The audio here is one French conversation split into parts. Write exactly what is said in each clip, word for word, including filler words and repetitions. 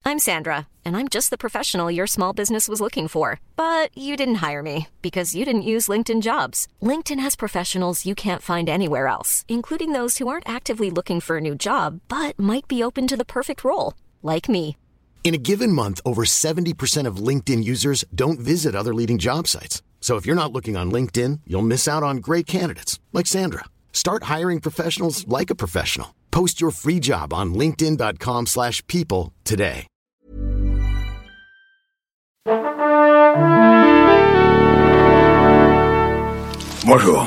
I'm Sandra, and I'm just the professional your small business was looking for. But you didn't hire me because you didn't use LinkedIn Jobs. LinkedIn has professionals you can't find anywhere else, including those who aren't actively looking for a new job, but might be open to the perfect role, like me. In a given month, over seventy percent of LinkedIn users don't visit other leading job sites. So if you're not looking on LinkedIn, you'll miss out on great candidates like Sandra. Start hiring professionals like a professional. Post your free job on linkedin.com slash people today. Bonjour.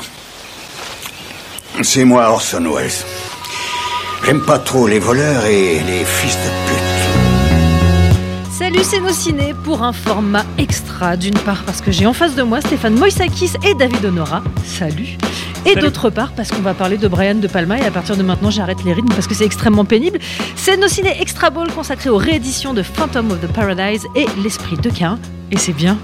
C'est moi Orson Welles. J'aime pas trop les voleurs et les fils de pute. Salut, c'est Nos Ciné pour un format extra. D'une part parce que j'ai en face de moi Stéphane Moïsakis et David Honora. Salut. Et Salut. D'autre part parce qu'on va parler de Brian De Palma et à partir de maintenant j'arrête les rythmes parce que c'est extrêmement pénible. C'est Nos Ciné Extra Ball consacré aux rééditions de Phantom of the Paradise et L'Esprit de Cain. Et c'est bien.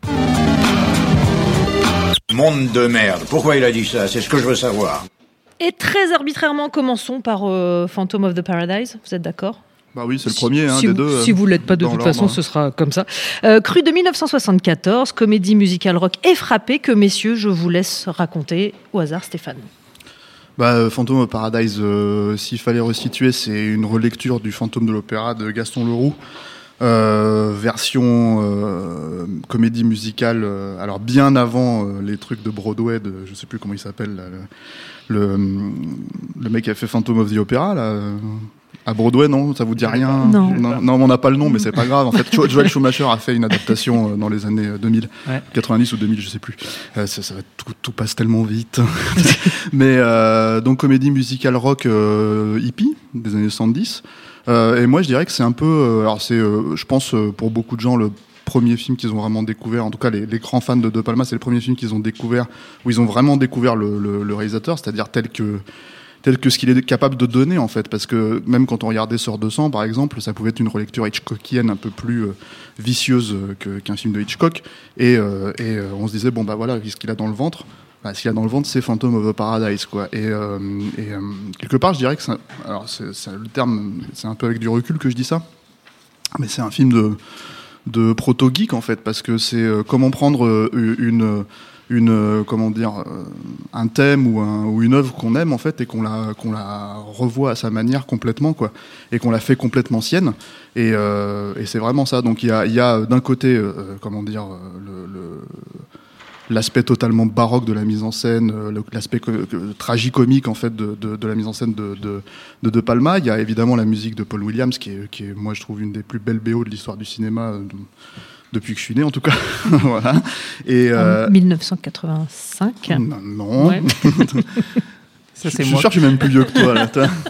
Monde de merde. Pourquoi il a dit ça ? C'est ce que je veux savoir. Et très arbitrairement, commençons par euh, Phantom of the Paradise. Vous êtes d'accord ? Bah oui, c'est le premier hein, si des vous, deux. Si vous ne l'êtes pas, de toute l'ordre. façon, ce sera comme ça. Euh, cru de dix-neuf cent soixante-quatorze, comédie musicale rock et frappée que, messieurs, je vous laisse raconter au hasard, Stéphane. Bah, Phantom of Paradise, euh, s'il fallait resituer, c'est une relecture du Fantôme de l'Opéra de Gaston Leroux. Euh, version euh, comédie musicale, euh, alors bien avant euh, les trucs de Broadway, de, je sais plus comment il s'appelle, là, le, le, le mec qui a fait Phantom of the Opera, là. Euh, À Broadway, non, ça vous dit rien ? Non. Non, non, on n'a pas le nom, mais c'est pas grave. En fait, Joel Schumacher a fait une adaptation dans les années deux mille, ouais. quatre-vingt-dix ou deux mille, je sais plus. Euh, ça, ça va, tout, tout passe tellement vite. Mais euh, donc comédie musicale rock euh, hippie des années soixante-dix. Euh, et moi, je dirais que c'est un peu, euh, alors c'est, euh, je pense euh, pour beaucoup de gens le premier film qu'ils ont vraiment découvert. En tout cas, les, les grands fans de De Palma, c'est le premier film qu'ils ont découvert où ils ont vraiment découvert le, le, le réalisateur, c'est-à-dire tel que tel que ce qu'il est capable de donner en fait, parce que même quand on regardait Sœurs de sang par exemple, ça pouvait être une relecture hitchcockienne un peu plus euh, vicieuse que, qu'un film de Hitchcock, et, euh, et euh, on se disait bon bah voilà, qu'est-ce qu'il a dans le ventre ? Bah, ce qu'il a dans le ventre, c'est Phantom of the Paradise quoi. Et, euh, et euh, quelque part je dirais que c'est, alors c'est, c'est le terme, c'est un peu avec du recul que je dis ça, mais c'est un film de de proto-geek en fait, parce que c'est euh, comment prendre euh, une une euh, comment dire euh, un thème ou, un, ou une œuvre qu'on aime en fait et qu'on la qu'on la revoit à sa manière complètement quoi, et qu'on la fait complètement sienne, et, euh, et c'est vraiment ça. Donc il y a il y a d'un côté euh, comment dire euh, le, le l'aspect totalement baroque de la mise en scène, euh, l'aspect co- co- tragicomique en fait de, de, de la mise en scène de, de, de De Palma. Il y a évidemment la musique de Paul Williams qui est, qui est moi je trouve une des plus belles B O de l'histoire du cinéma euh, de, depuis que je suis né en tout cas. Voilà. Et, euh, en dix-neuf cent quatre-vingt-cinq. Non. non. Ouais. Ça, c'est je, je moi. suis sûr que je suis même plus vieux que toi là.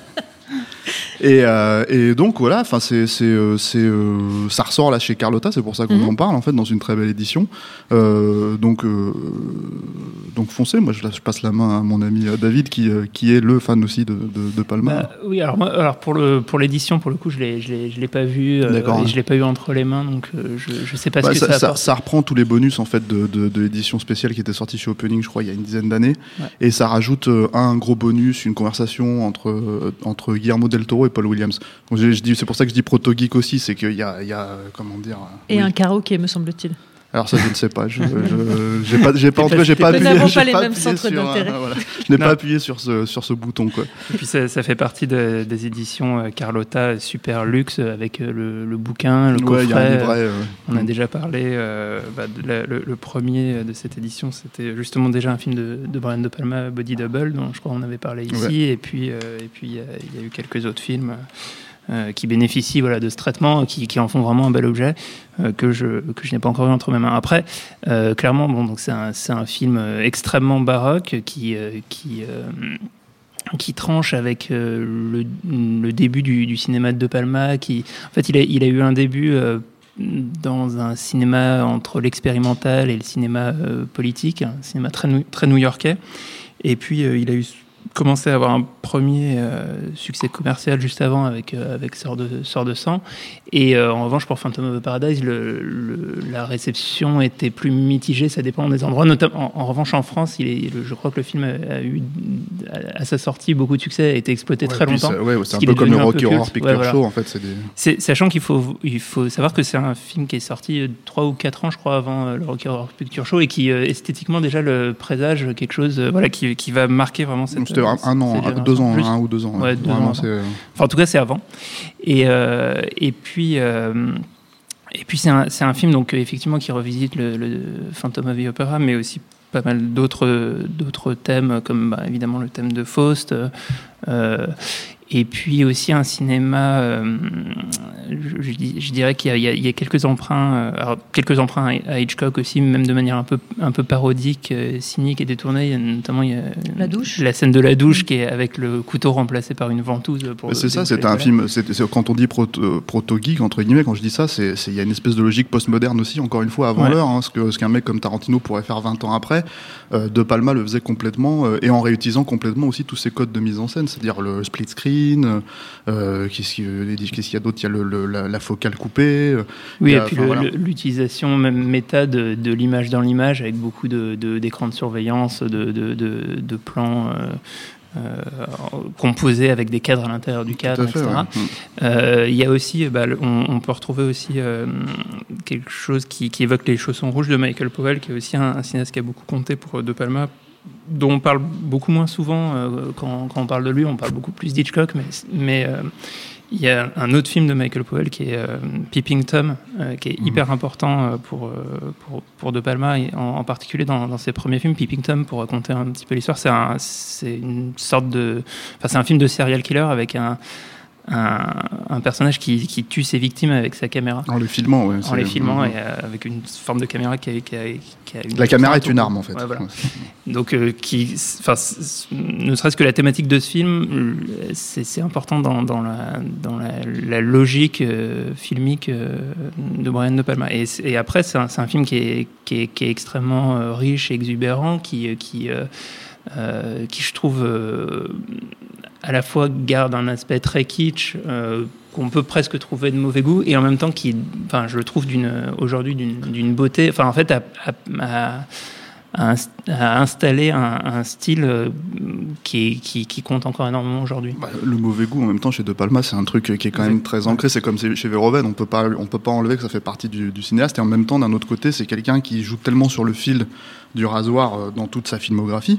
Et, euh, et donc voilà, enfin c'est c'est euh, c'est euh, ça ressort là chez Carlotta, c'est pour ça qu'on mm-hmm. en parle en fait dans une très belle édition. Euh, donc euh, donc foncez, moi je, je passe la main à mon ami David qui euh, qui est le fan aussi de de, de Palma. Bah, oui, alors moi, alors pour le pour l'édition pour le coup je l'ai je l'ai je l'ai pas vu euh, et je l'ai pas eu entre les mains, donc euh, je je sais pas bah, ce que ça, ça, ça, ça ça reprend tous les bonus en fait de de, de l'édition spéciale qui était sortie chez Opening, je crois il y a une dizaine d'années, ouais. Et ça rajoute euh, un gros bonus, une conversation entre euh, entre Guillermo del Toro et Paul Williams. Donc, je, je dis, c'est pour ça que je dis proto-geek aussi, c'est qu'il y a, il y a comment dire... Et oui. un karaoké, me semble-t-il. Alors ça, je ne sais pas. Je, je, j'ai pas, j'ai pas, en tout cas, j'ai pas appuyé. Nous n'avons pas les mêmes centres d'intérêt. Un, voilà. Je n'ai non. pas appuyé sur ce, sur ce bouton, quoi. Et puis ça, ça fait partie de, des éditions Carlotta super luxe avec le, le bouquin, le coffret. Ouais, il y a un livret. Euh, on mmh. a déjà parlé. Euh, bah, de la, le, le premier de cette édition, c'était justement déjà un film de, de Brian De Palma, Body Double, dont je crois on avait parlé ici. Ouais. Et puis, euh, et puis il y, y a eu quelques autres films. Euh, qui bénéficient voilà, de ce traitement, qui, qui en font vraiment un bel objet, euh, que, je, que je n'ai pas encore eu entre mes mains. Après, euh, clairement, bon, donc c'est, un, c'est un film extrêmement baroque qui, euh, qui, euh, qui tranche avec euh, le, le début du, du cinéma de De Palma. Qui, en fait, il a, il a eu un début euh, dans un cinéma entre l'expérimental et le cinéma euh, politique, un cinéma très, très new-yorkais. Et puis, euh, il a eu commençait à avoir un premier euh, succès commercial juste avant avec, euh, avec Sœur de, Sœur de sang. Et euh, en revanche, pour Phantom of the Paradise, le, le, la réception était plus mitigée, ça dépend des endroits. Notamment, en, en revanche, en France, il est, le, je crois que le film a eu, à sa sortie, beaucoup de succès, a été exploité ouais, très longtemps. C'est, ouais, c'est un peu comme le Rocky Horror Picture ouais, voilà. Show, en fait. C'est des... c'est, sachant qu'il faut, il faut savoir que c'est un film qui est sorti trois ou quatre ans, je crois, avant euh, le Rocky Horror Picture Show, et qui, euh, esthétiquement, déjà, le présage quelque chose euh, voilà, qui, qui va marquer vraiment cette... C'était un, un an, deux ans, un ou deux ans. Ouais, deux ans c'est... Enfin, en tout cas, c'est avant. Et, euh, et puis... Euh, Et puis c'est un, c'est un film donc effectivement qui revisite le, le Phantom of the Opera, mais aussi pas mal d'autres d'autres thèmes comme bah, évidemment le thème de Faust. Euh, et puis aussi un cinéma, euh, je, je, je dirais qu'il y a, il y a, il y a quelques emprunts, alors quelques emprunts à Hitchcock aussi, même de manière un peu un peu parodique, cynique et détournée. Il y a notamment il y a la douche, la scène de la douche qui est avec le couteau remplacé par une ventouse. Pour c'est ça, c'est un film. C'est, c'est, quand on dit proto, proto-geek entre guillemets, quand je dis ça, c'est il y a une espèce de logique postmoderne aussi, encore une fois avant ouais. l'heure, hein, ce que ce qu'un mec comme Tarantino pourrait faire vingt ans après. Euh, De Palma le faisait complètement euh, et en réutilisant complètement aussi tous ses codes de mise en scène, c'est-à-dire le split screen. Euh, qu'est-ce, qu'il, qu'est-ce qu'il y a d'autre ? Il y a le, le, la, la focale coupée. Euh, oui, et a, puis le, voilà. l'utilisation même méta de, de l'image dans l'image avec beaucoup de, de, d'écrans de surveillance, de, de, de, de plans euh, euh, composés avec des cadres à l'intérieur du cadre, fait, et cetera. Il ouais. euh, y a aussi, bah, on, on peut retrouver aussi euh, quelque chose qui, qui évoque les chaussons rouges de Michael Powell, qui est aussi un, un cinéaste qui a beaucoup compté pour De Palma, dont on parle beaucoup moins souvent euh, quand, quand on parle de lui, on parle beaucoup plus d'Hitchcock, mais mais euh, il y a un autre film de Michael Powell qui est euh, Peeping Tom, euh, qui est mmh. hyper important pour, pour, pour De Palma, et en, en particulier dans, dans ses premiers films. Peeping Tom, pour raconter un petit peu l'histoire, c'est, un, c'est une sorte de... Enfin, c'est un film de serial killer avec un... Un, un personnage qui, qui tue ses victimes avec sa caméra. En les filmant, oui. En les filmant, mmh. et euh, avec une forme de caméra qui a, qui a, qui a une... La caméra est une arme, en fait. Ouais, voilà. ouais. Donc, euh, qui, ne serait-ce que la thématique de ce film, c'est, c'est important dans, dans, la, dans la, la logique euh, filmique euh, de Brian De Palma. Et, et après, c'est un, c'est un film qui est, qui est, qui est extrêmement euh, riche et exubérant, qui... qui euh, Euh, qui je trouve euh, à la fois garde un aspect très kitsch euh, qu'on peut presque trouver de mauvais goût, et en même temps qui, enfin, je le trouve d'une, aujourd'hui d'une, d'une beauté, enfin en fait à, à, à, à installer un, un style euh, qui, qui, qui compte encore énormément aujourd'hui. Bah, le mauvais goût en même temps chez De Palma, c'est un truc qui est quand même très ancré, c'est comme chez Verhoeven, on peut pas, on peut pas enlever que ça fait partie du, du cinéaste, et en même temps d'un autre côté c'est quelqu'un qui joue tellement sur le fil du rasoir dans toute sa filmographie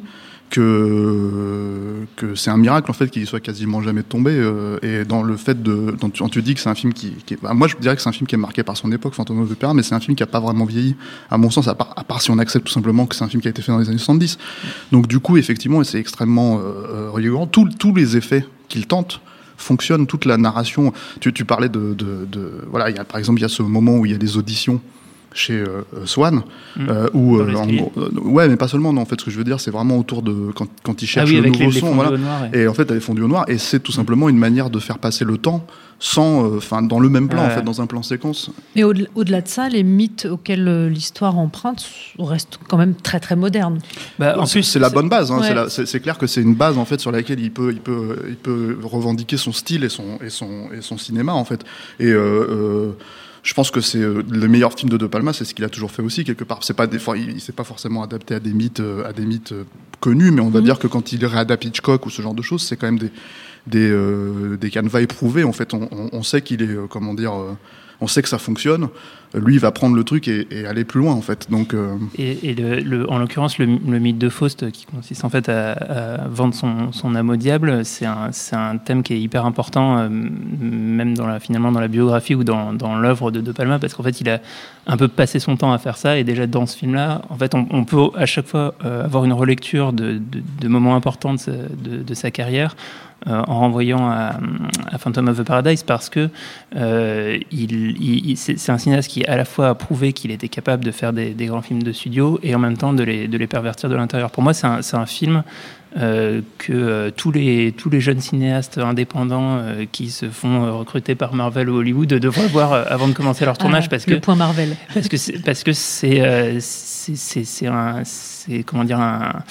que que c'est un miracle en fait qu'il y soit quasiment jamais tombé, euh, et dans le fait de quand tu, quand tu dis que c'est un film qui, qui est, bah, moi je dirais que c'est un film qui est marqué par son époque, Phantom of the Opera, mais c'est un film qui a pas vraiment vieilli à mon sens, à part, à part si on accepte tout simplement que c'est un film qui a été fait dans les années soixante-dix. Donc du coup effectivement c'est extrêmement euh, rigolo, tous tous les effets qu'il tente fonctionnent, toute la narration. Tu, tu parlais de, de, de voilà, il y a, par exemple il y a ce moment où il y a des auditions chez euh, Swan, mmh. euh, où euh, en gros, euh, ouais, mais pas seulement. Non, en fait, ce que je veux dire, c'est vraiment autour de quand quand ils cherchent ah oui, le nouveau les, son, les voilà. Noir, ouais. Et en fait, elle est fondue au noir, et c'est tout simplement une manière de faire passer le temps sans, enfin, euh, dans le même plan, ouais. en fait, dans un plan séquence. Mais au- au-delà de ça, les mythes auxquels euh, l'histoire emprunte restent quand même très très modernes. Bah, en plus, c'est la bonne base. Hein, ouais. c'est, la, c'est, c'est clair que c'est une base en fait sur laquelle il peut, il peut, il peut revendiquer son style et son et son et son cinéma en fait. Et euh, euh, je pense que c'est euh, le meilleur film de De Palma, c'est ce qu'il a toujours fait aussi quelque part. C'est pas des fois, il, il s'est pas forcément adapté à des mythes, euh, à des mythes euh, connus, mais on va mmh. dire que quand il réadapte Hitchcock ou ce genre de choses, c'est quand même des des euh, des canevas éprouvés. En fait, on, on, on sait qu'il est, euh, comment dire, euh, on sait que ça fonctionne. Lui, il va prendre le truc et, et aller plus loin, en fait. Donc, euh... et, et le, le, en l'occurrence, le, le mythe de Faust, qui consiste en fait à, à vendre son, son âme au diable, c'est un, c'est un thème qui est hyper important, euh, même dans la, finalement dans la biographie ou dans, dans l'œuvre de De Palma, parce qu'en fait, il a un peu passé son temps à faire ça, et déjà dans ce film-là, en fait, on, on peut à chaque fois euh, avoir une relecture de, de, de moments importants de sa, de, de sa carrière, Euh, en renvoyant à, à Phantom of the Paradise, parce que euh, il, il, c'est, c'est un cinéaste qui à la fois a prouvé qu'il était capable de faire des, des grands films de studio et en même temps de les, de les pervertir de l'intérieur. Pour moi, c'est un, c'est un film euh, que euh, tous, les, tous les jeunes cinéastes indépendants euh, qui se font euh, recruter par Marvel ou Hollywood devraient voir euh, avant de commencer leur tournage. Ah, parce le que, point Marvel. Parce que c'est, parce que c'est, euh, c'est, c'est, c'est, un, c'est comment dire, un...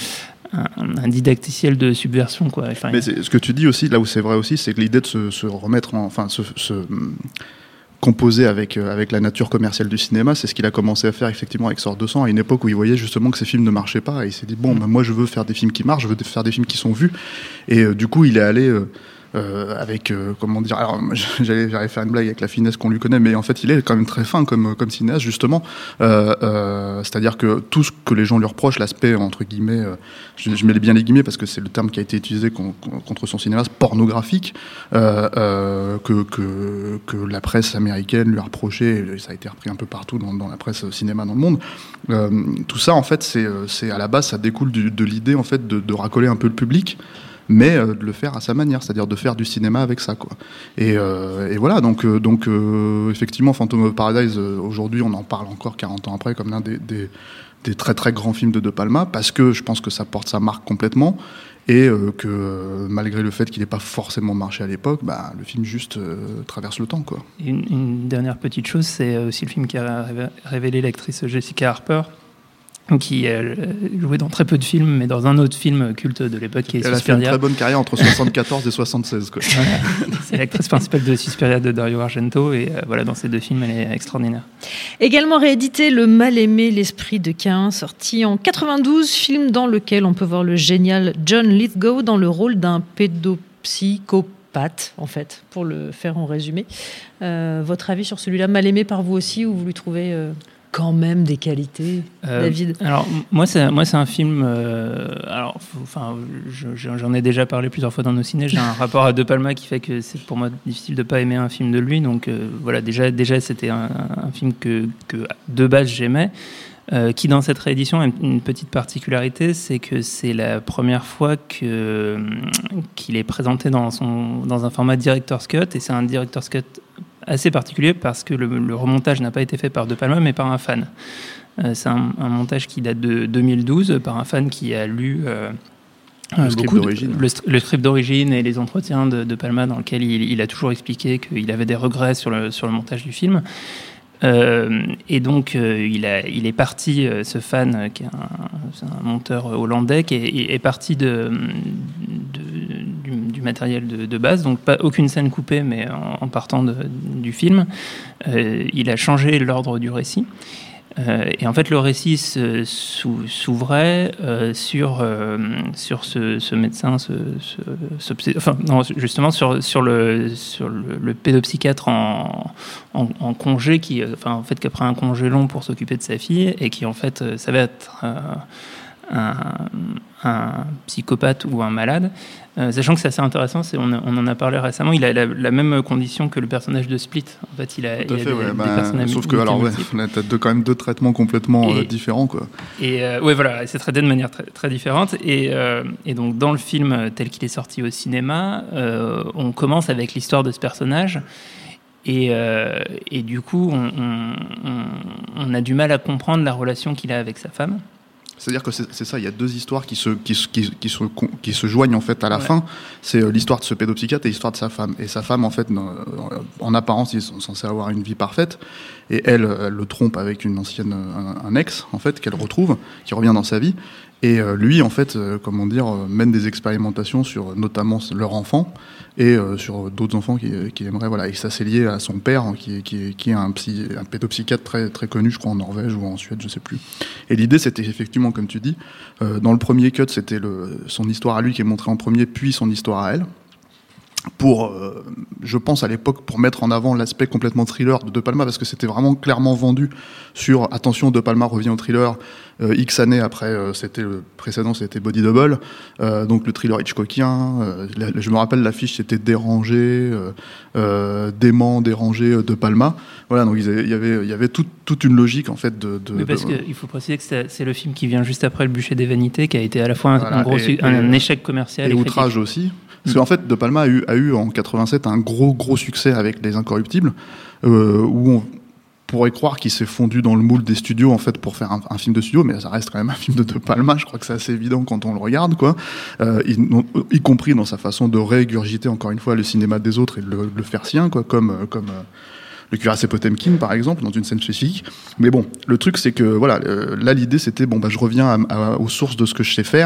un, un didacticiel de subversion, quoi. Enfin, mais c'est, ce que tu dis aussi, là où c'est vrai aussi, c'est que l'idée de se, se remettre, en, enfin, se, se composer avec, euh, avec la nature commerciale du cinéma, c'est ce qu'il a commencé à faire effectivement avec Sort deux cents, à une époque où il voyait justement que ces films ne marchaient pas, et il s'est dit, bon, bah, moi je veux faire des films qui marchent, je veux faire des films qui sont vus, et euh, du coup il est allé... Euh, Euh, avec, euh, comment dire, alors j'allais, j'allais faire une blague avec la finesse qu'on lui connaît, mais en fait il est quand même très fin comme, comme cinéaste justement, euh, euh, c'est-à-dire que tout ce que les gens lui reprochent, l'aspect entre guillemets, euh, je, je mets bien les guillemets parce que c'est le terme qui a été utilisé con, con, contre son cinéma, pornographique, euh, euh, que, que, que la presse américaine lui a reproché, et ça a été repris un peu partout dans, dans la presse cinéma dans le monde, euh, tout ça en fait c'est, c'est à la base ça découle du, de l'idée en fait de, de racoler un peu le public, mais euh, de le faire à sa manière, c'est-à-dire de faire du cinéma avec ça, quoi. Et, euh, et voilà, donc, euh, donc euh, effectivement, Phantom of Paradise, euh, aujourd'hui, on en parle encore quarante ans après comme l'un des, des, des très très grands films de De Palma, parce que je pense que ça porte sa marque complètement, et euh, que euh, malgré le fait qu'il n'ait pas forcément marché à l'époque, bah, le film juste euh, traverse le temps, quoi. Une, une dernière petite chose, c'est aussi le film qui a révélé l'actrice Jessica Harper, qui a joué dans très peu de films, mais dans un autre film culte de l'époque qui est Elle Suspiria. a fait une très bonne carrière entre soixante-quatorze et soixante-seize, quoi. Voilà. C'est l'actrice principale de Suspiria de Dario Argento, et euh, voilà, dans ces deux films, elle est extraordinaire. Également réédité Le Mal-Aimé, l'Esprit de Cain, sorti en quatre-vingt-douze, film dans lequel on peut voir le génial John Lithgow dans le rôle d'un pédopsychopathe, en fait, pour le faire en résumé. Euh, votre avis sur celui-là, mal aimé par vous aussi, ou vous lui trouvez... Euh quand même des qualités, euh, David? Alors, moi, c'est, moi, c'est un film... Euh, alors, enfin, je, j'en ai déjà parlé plusieurs fois dans nos ciné. J'ai un rapport à De Palma qui fait que c'est pour moi difficile de ne pas aimer un film de lui. Donc, euh, voilà, déjà, déjà c'était un, un film que, que, de base, j'aimais. Euh, qui, dans cette réédition, a une petite particularité, c'est que c'est la première fois que, qu'il est présenté dans, son, dans un format Director's Cut. Et c'est un Director's Cut assez particulier parce que le, le remontage n'a pas été fait par De Palma mais par un fan. Euh, c'est un, un montage qui date de deux mille douze par un fan qui a lu euh, le, script d'origine. De, le, le script d'origine et les entretiens de, de Palma dans lequel il, il a toujours expliqué qu'il avait des regrets sur le, sur le montage du film. Euh, et donc euh, il, a, il est parti, euh, ce fan euh, qui est un, c'est un monteur hollandais qui est, est parti de, de, du, du matériel de, de base, donc pas aucune scène coupée mais en, en partant de, du film. Euh, il a changé l'ordre du récit. Euh, et en fait, le récit se, sou, s'ouvrait euh, sur, euh, sur ce, ce médecin, ce, ce, ce, enfin, non, justement sur, sur, le, sur le, le pédopsychiatre en, en, en congé, qui, enfin, en fait, qu'après un congé long pour s'occuper de sa fille, et qui en fait savait être euh, un, un psychopathe ou un malade. Euh, sachant que c'est assez intéressant, c'est, on, a, on en a parlé récemment, il a la, la même condition que le personnage de Split. En fait, il a, il a fait, des, ouais, des bah, personnages. sauf que, alors, ouais, t'as deux, quand même deux traitements complètement et, euh, différents, quoi. Et euh, ouais, voilà, c'est traité de manière très, très différente. Et, euh, et donc, dans le film tel qu'il est sorti au cinéma, euh, on commence avec l'histoire de ce personnage. Et, euh, et du coup, on, on, on a du mal à comprendre la relation qu'il a avec sa femme. C'est-à-dire que c'est, c'est ça, il y a deux histoires qui se, qui, qui, qui, se, qui se joignent en fait à la ouais. fin. C'est euh, l'histoire de ce pédopsychiatre et l'histoire de sa femme. Et sa femme, en fait, en, en apparence, ils sont censés avoir une vie parfaite. Et elle, elle le trompe avec une ancienne, un, un ex, en fait, qu'elle retrouve, qui revient dans sa vie. Et euh, lui, en fait, euh, comment dire, euh, mène des expérimentations sur notamment leur enfant et euh, sur d'autres enfants qu'il qui aimerait. Voilà. Et ça, c'est lié à son père, hein, qui, qui, qui est un, psy, un pédopsychiatre très, très connu, je crois, en Norvège ou en Suède, je sais plus. Et l'idée, c'était effectivement, comme tu dis, euh, dans le premier cut, c'était le, son histoire à lui qui est montrée en premier, puis son histoire à elle. Pour, euh, je pense à l'époque, pour mettre en avant l'aspect complètement thriller de De Palma, parce que c'était vraiment clairement vendu sur attention, De Palma revient au thriller euh, X années après, euh, c'était le précédent, c'était Body Double, euh, donc le thriller Hitchcockien. Euh, la, je me rappelle l'affiche, c'était dérangé, euh, euh, dément, dérangé De Palma. Voilà, donc il y avait, il y avait toute, toute une logique en fait de. de oui, parce de, qu'il faut préciser que c'est, c'est le film qui vient juste après Le Bûcher des Vanités, qui a été à la fois un, voilà, un gros, et, un, et, un échec commercial et, et Outrage aussi. Parce qu'en fait, De Palma a eu, a eu en quatre-vingt-sept un gros, gros succès avec Les Incorruptibles, euh, où on pourrait croire qu'il s'est fondu dans le moule des studios, en fait, pour faire un, un film de studio, mais ça reste quand même un film de De Palma, je crois que c'est assez évident quand on le regarde, quoi. Euh, y, y compris dans sa façon de régurgiter, encore une fois, le cinéma des autres et de le, le faire sien, quoi, comme, comme euh, le cuirassé Potemkin, par exemple, dans une scène spécifique. Mais bon, le truc, c'est que, voilà, euh, là, l'idée, c'était, bon, bah, je reviens à, à, aux sources de ce que je sais faire.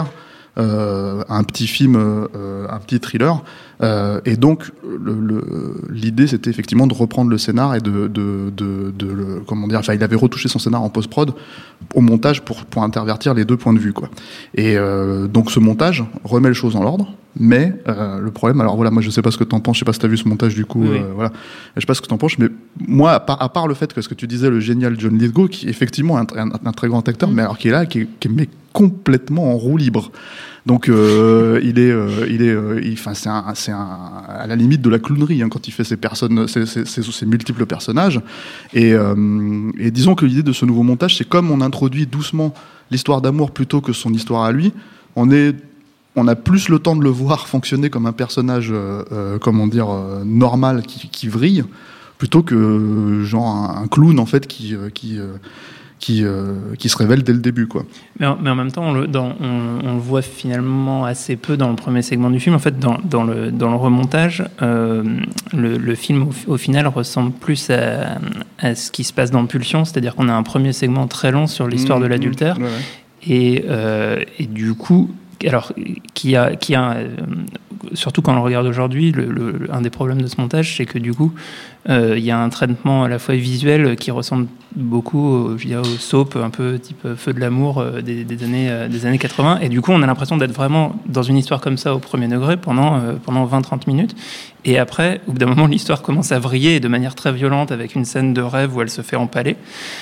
euh, un petit film, euh, un petit thriller. Euh, et donc, le, le, l'idée, c'était effectivement de reprendre le scénar et de, de, de, de le, comment dire, enfin, il avait retouché son scénar en post-prod au montage pour, pour intervertir les deux points de vue, quoi. Et euh, donc, ce montage remet les choses en ordre, mais euh, le problème, alors voilà, moi, je sais pas ce que t'en penses, je sais pas si t'as vu ce montage du coup, oui. euh, voilà, je sais pas ce que t'en penses, mais moi, à part, à part le fait que ce que tu disais, le génial John Lithgow, qui est effectivement un, un, un très grand acteur, mmh. mais alors qui est là, qui est, qui est mais complètement en roue libre. Donc euh, il est, euh, il est, euh, il, enfin c'est un, c'est un, à la limite de la clownerie hein, quand il fait ses personnes, ses, ses, ses, ses multiples personnages. Et, euh, et disons que l'idée de ce nouveau montage, c'est comme on introduit doucement l'histoire d'amour plutôt que son histoire à lui. On est, on a plus le temps de le voir fonctionner comme un personnage, euh, euh, comment dire, euh, normal qui, qui vrille, plutôt que euh, genre un, un clown en fait qui, euh, qui euh, Qui, euh, qui se révèle dès le début, quoi. Mais en, mais en même temps, on le, dans, on, on le voit finalement assez peu dans le premier segment du film. En fait, dans, dans, le, dans le remontage, euh, le, le film, au, au final, ressemble plus à, à ce qui se passe dans Pulsion, c'est-à-dire qu'on a un premier segment très long sur l'histoire mmh, de l'adultère, mmh, ouais, ouais. Et, euh, et du coup, alors, qui a, qui a euh, surtout quand on le regarde aujourd'hui, le, le, un des problèmes de ce montage, c'est que du coup, il euh, y a un traitement à la fois visuel qui ressemble beaucoup au, je dirais, au soap, un peu type Feu de l'amour euh, des, des, années, euh, des années quatre-vingts. Et du coup, on a l'impression d'être vraiment dans une histoire comme ça au premier degré pendant, euh, pendant vingt à trente minutes. Et après, au bout d'un moment, l'histoire commence à vriller et de manière très violente avec une scène de rêve où elle se fait empaler.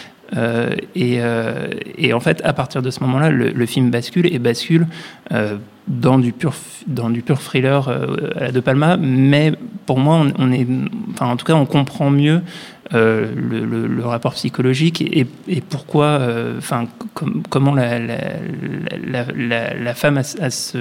Euh, et, euh, et en fait, à partir de ce moment-là, le, le film bascule et bascule euh, dans du pur, dans du pur thriller euh, à la De Palma. Mais pour moi, on, on est, enfin, en tout cas, on comprend mieux euh, le, le, le rapport psychologique et, et pourquoi, enfin, euh, com- comment la, la, la, la, la femme a, a ce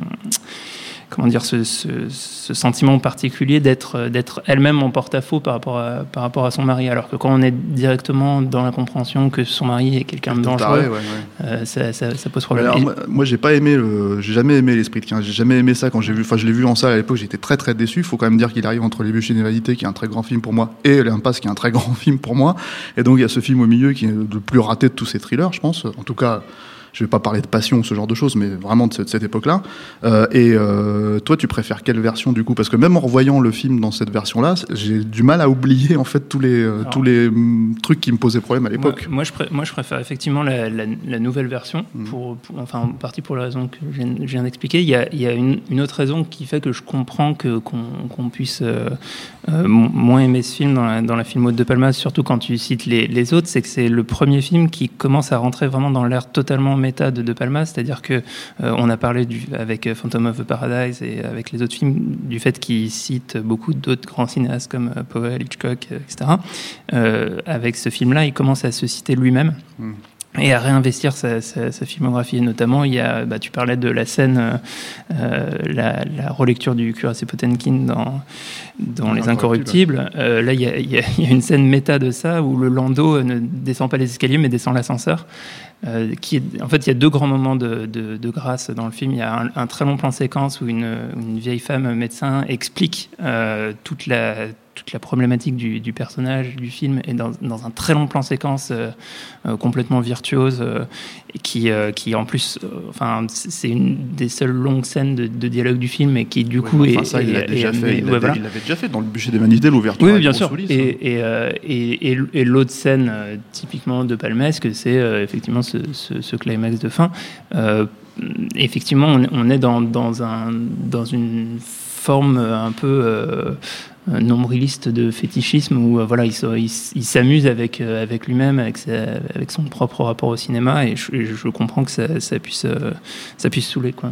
comment dire, ce, ce, ce sentiment particulier d'être, d'être elle-même en porte-à-faux par rapport à, par rapport à son mari, alors que quand on est directement dans la compréhension que son mari est quelqu'un de dangereux, ouais, ouais. Euh, ça, ça, ça pose problème. Alors, moi, moi, j'ai pas aimé, le, j'ai jamais aimé l'Esprit de quinze, j'ai jamais aimé ça quand j'ai vu, enfin, je l'ai vu en salle à l'époque, j'étais très très déçu. Il faut quand même dire qu'il arrive entre Les Bûches et les Vanités, qui est un très grand film pour moi, et L'Impasse, qui est un très grand film pour moi, et donc il y a ce film au milieu qui est le plus raté de tous ces thrillers, je pense, en tout cas. Je vais pas parler de Passion, ce genre de choses, mais vraiment de cette, de cette époque-là. Euh, et euh, toi, tu préfères quelle version du coup ? Parce que même en revoyant le film dans cette version-là, j'ai du mal à oublier en fait tous les Alors, tous les m, trucs qui me posaient problème à l'époque. Moi, moi, je, pré- moi je préfère effectivement la, la, la nouvelle version, mmh. pour, pour, enfin en partie pour la raison que je viens, je viens d'expliquer. Il y a, il y a une, une autre raison qui fait que je comprends que qu'on, qu'on puisse euh, euh, moins aimer ce film dans la, dans la filmo de De Palma, surtout quand tu cites les, les autres, c'est que c'est le premier film qui commence à rentrer vraiment dans l'ère totalement méta de De Palma, c'est-à-dire que euh, on a parlé du, avec Phantom of the Paradise et avec les autres films du fait qu'il cite beaucoup d'autres grands cinéastes comme euh, Powell, Hitchcock, et cetera. Euh, avec ce film-là, il commence à se citer lui-même. Mmh. Et à réinvestir sa, sa, sa filmographie. Et notamment, il y a, bah, tu parlais de la scène, euh, la, la relecture du cuirassé Potemkin dans, dans Les Incorruptibles. Euh, là, il y, a, il, y a, il y a une scène méta de ça où le landau ne descend pas les escaliers, mais descend l'ascenseur. Euh, qui est, en fait, il y a deux grands moments de, de, de grâce dans le film. Il y a un, un très long plan séquence où une, une vieille femme médecin explique euh, toute la toute la problématique du, du personnage du film est dans, dans un très long plan séquence euh, euh, complètement virtuose euh, et qui, euh, qui en plus euh, enfin c'est une des seules longues scènes de, de dialogue du film et qui du coup ouais, est, enfin, ça, il, est, déjà est, fait, est, il, ouais, avait, voilà. il l'avait déjà fait dans Le Bûcher des Vanités, l'ouverture. Oui, bien sûr. Soulis, et, et, euh, et, et, et l'autre scène euh, typiquement de Palmesque, c'est euh, effectivement ce, ce, ce climax de fin. Euh, effectivement, on, on est dans, dans, un, dans une forme un peu euh, nombriliste de fétichisme où euh, voilà, il, il, il s'amuse avec, euh, avec lui-même, avec, sa, avec son propre rapport au cinéma, et je, je comprends que ça, ça, puisse, euh, ça puisse saouler, quoi.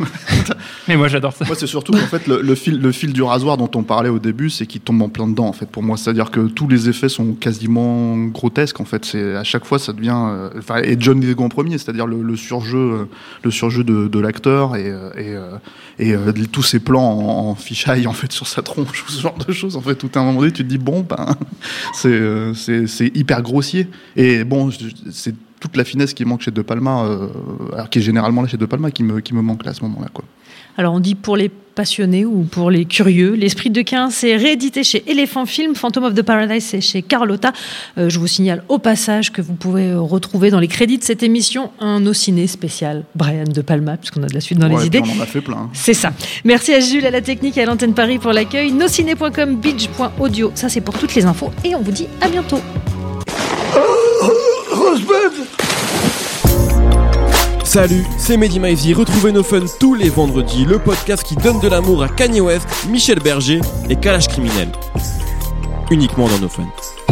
Mais moi j'adore ça. Moi c'est surtout qu'en fait le, le, fil, le fil du rasoir dont on parlait au début, c'est qu'il tombe en plein dedans en fait pour moi, c'est-à-dire que tous les effets sont quasiment grotesques en fait, c'est à chaque fois ça devient euh, enfin, et John Lithgow en premier, c'est-à-dire le, le surjeu le surjeu de, de l'acteur et, et, et, et euh, tous ces plans en, en fisheye en fait sur sa tronche, ce genre de choses en fait, tout à un moment donné tu te dis bon ben c'est, c'est, c'est hyper grossier et bon c'est toute la finesse qui manque chez De Palma, euh, alors qui est généralement là chez De Palma, qui me, qui me manque là à ce moment-là, quoi. Alors on dit pour les passionnés ou pour les curieux. L'Esprit de Caïn, c'est réédité chez Elephant Film. Phantom of the Paradise, c'est chez Carlotta. Euh, je vous signale au passage que vous pouvez retrouver dans les crédits de cette émission unOciné spécial Brian De Palma, puisqu'on a de la suite dans ouais, les idées. On en a fait plein. C'est ça. Merci à Jules, à la technique et à l'antenne Paris pour l'accueil. Nociné point com, binge point audio. Ça, c'est pour toutes les infos. Et on vous dit à bientôt. Salut, c'est Mehdi Maizy. Retrouvez No Fun tous les vendredis, le podcast qui donne de l'amour à Kanye West, Michel Berger et Kalash Criminel. Uniquement dans No Fun.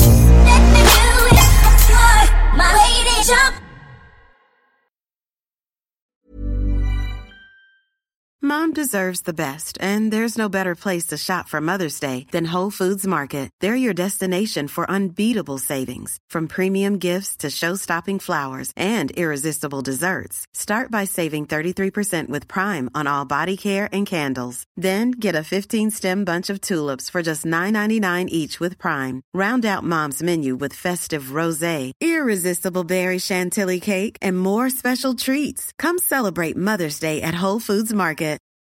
Mom deserves the best, and there's no better place to shop for Mother's Day than Whole Foods Market. They're your destination for unbeatable savings, from premium gifts to show-stopping flowers and irresistible desserts. Start by saving thirty-three percent with Prime on all body care and candles. Then get a fifteen-stem bunch of tulips for just nine ninety-nine each with Prime. Round out Mom's menu with festive rosé, irresistible berry chantilly cake, and more special treats. Come celebrate Mother's Day at Whole Foods Market.